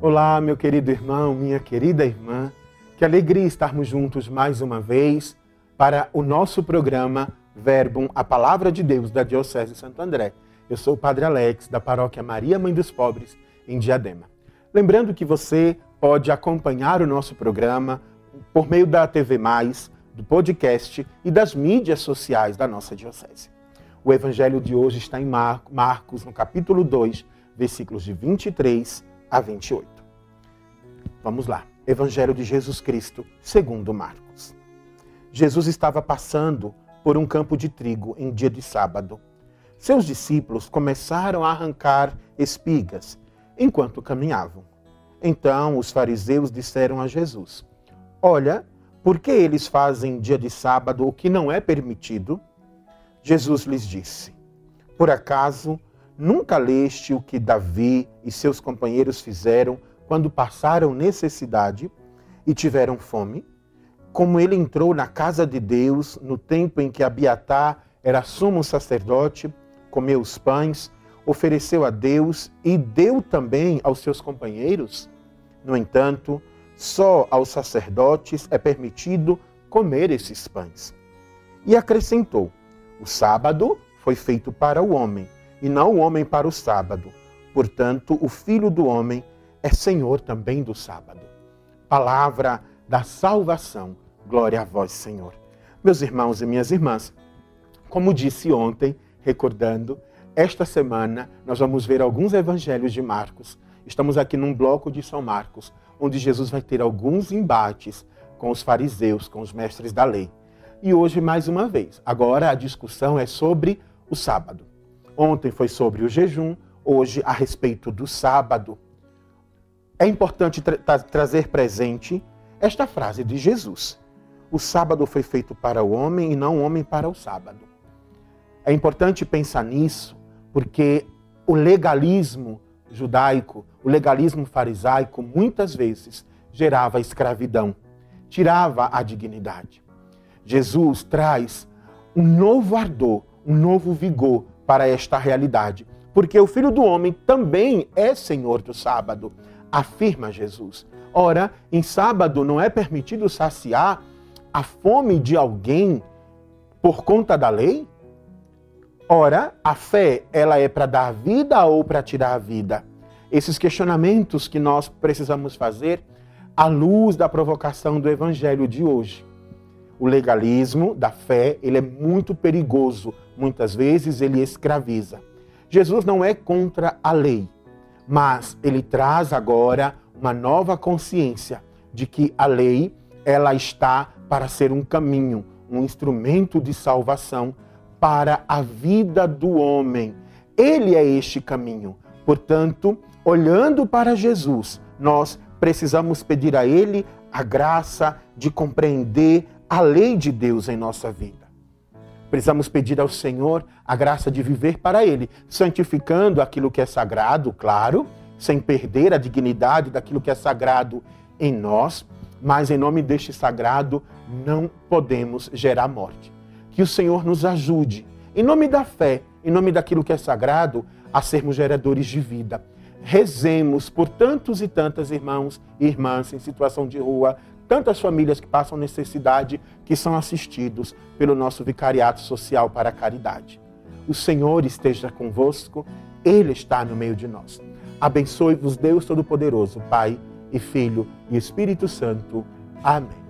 Olá, meu querido irmão, minha querida irmã. Que alegria estarmos juntos mais uma vez para o nosso programa Verbum, a Palavra de Deus da Diocese de Santo André. Eu sou o Padre Alex, da Paróquia Maria Mãe dos Pobres, em Diadema. Lembrando que você pode acompanhar o nosso programa por meio da TV+, do podcast e das mídias sociais da nossa Diocese. O Evangelho de hoje está em Marcos, no capítulo 2, versículos de 23 a 28. Vamos lá. Evangelho de Jesus Cristo, segundo Marcos. Jesus estava passando por um campo de trigo em dia de sábado. Seus discípulos começaram a arrancar espigas enquanto caminhavam. Então os fariseus disseram a Jesus: Olha, por que eles fazem em dia de sábado o que não é permitido? Jesus lhes disse: Por acaso nunca leste o que Davi e seus companheiros fizeram quando passaram necessidade e tiveram fome? Como ele entrou na casa de Deus no tempo em que Abiatar era sumo sacerdote, comeu os pães, ofereceu a Deus e deu também aos seus companheiros? No entanto, só aos sacerdotes é permitido comer esses pães. E acrescentou: O sábado foi feito para o homem, e não o homem para o sábado. Portanto, o Filho do Homem é Senhor também do sábado. Palavra da salvação. Glória a vós, Senhor. Meus irmãos e minhas irmãs, como disse ontem, recordando, esta semana nós vamos ver alguns evangelhos de Marcos. Estamos aqui num bloco de São Marcos, onde Jesus vai ter alguns embates com os fariseus, com os mestres da lei. E hoje, mais uma vez, agora a discussão é sobre o sábado. Ontem foi sobre o jejum, hoje a respeito do sábado. É importante trazer presente esta frase de Jesus: O sábado foi feito para o homem e não o homem para o sábado. É importante pensar nisso, porque o legalismo judaico, o legalismo farisaico, muitas vezes gerava escravidão, tirava a dignidade. Jesus traz um novo ardor, um novo vigor para esta realidade, porque o Filho do Homem também é Senhor do sábado, afirma Jesus. Ora, em sábado não é permitido saciar a fome de alguém por conta da lei? Ora, a fé, ela é para dar vida ou para tirar a vida? Esses questionamentos que nós precisamos fazer à luz da provocação do Evangelho de hoje. O legalismo da fé, ele é muito perigoso. Muitas vezes ele escraviza. Jesus não é contra a lei, mas ele traz agora uma nova consciência de que a lei, ela está para ser um caminho, um instrumento de salvação para a vida do homem. Ele é este caminho. Portanto, olhando para Jesus, nós precisamos pedir a Ele a graça de compreender a lei de Deus em nossa vida. Precisamos pedir ao Senhor a graça de viver para Ele, santificando aquilo que é sagrado, claro, sem perder a dignidade daquilo que é sagrado em nós, mas em nome deste sagrado não podemos gerar morte. Que o Senhor nos ajude, em nome da fé, em nome daquilo que é sagrado, a sermos geradores de vida. Rezemos por tantos e tantas irmãos e irmãs em situação de rua, tantas famílias que passam necessidade, que são assistidos pelo nosso Vicariato Social para a Caridade. O Senhor esteja convosco, Ele está no meio de nós. Abençoe-vos Deus Todo-Poderoso, Pai e Filho e Espírito Santo. Amém.